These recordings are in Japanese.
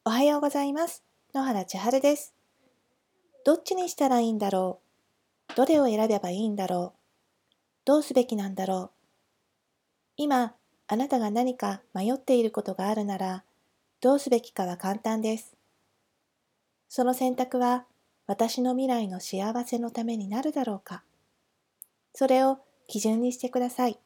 おはようございます。野原千春です。どっちにしたらいいんだろう。どれを選べばいいんだろう。どうすべきなんだろう。今、あなたが何か迷っていることがあるなら、どうすべきかは簡単です。その選択は、私の未来の幸せのためになるだろうか。それを基準にしてください。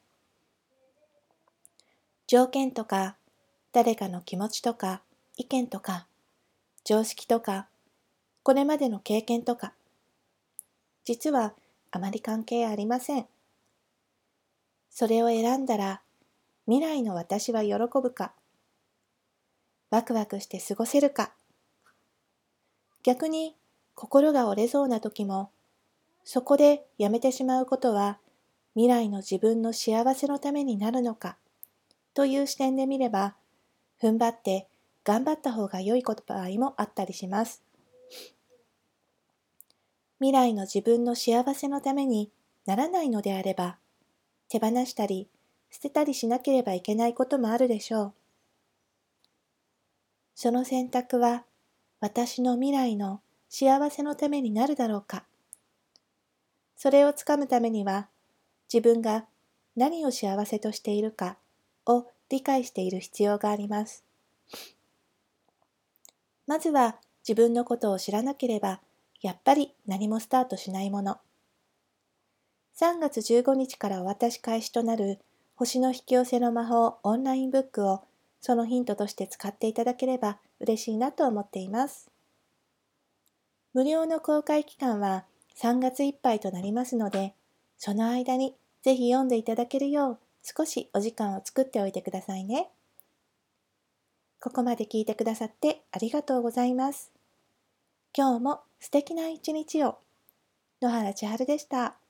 条件とか、誰かの気持ちとか、意見とか、常識とか、これまでの経験とか、実はあまり関係ありません。それを選んだら、未来の私は喜ぶか、ワクワクして過ごせるか、逆に心が折れそうな時も、そこでやめてしまうことは、未来の自分の幸せのためになるのか、という視点で見れば、踏ん張って頑張った方が良い場合もあったりします。未来の自分の幸せのためにならないのであれば、手放したり捨てたりしなければいけないこともあるでしょう。その選択は私の未来の幸せのためになるだろうか。それをつかむためには、自分が何を幸せとしているかを理解している必要があります。まずは自分のことを知らなければ、やっぱり何もスタートしないもの。3月15日からお渡し開始となる星の引き寄せの魔法オンラインブックをそのヒントとして使っていただければ嬉しいなと思っています。無料の公開期間は3月いっぱいとなりますので、その間にぜひ読んでいただけるよう少しお時間を作っておいてくださいね。ここまで聞いてくださってありがとうございます。今日も素敵な一日を。野原千春でした。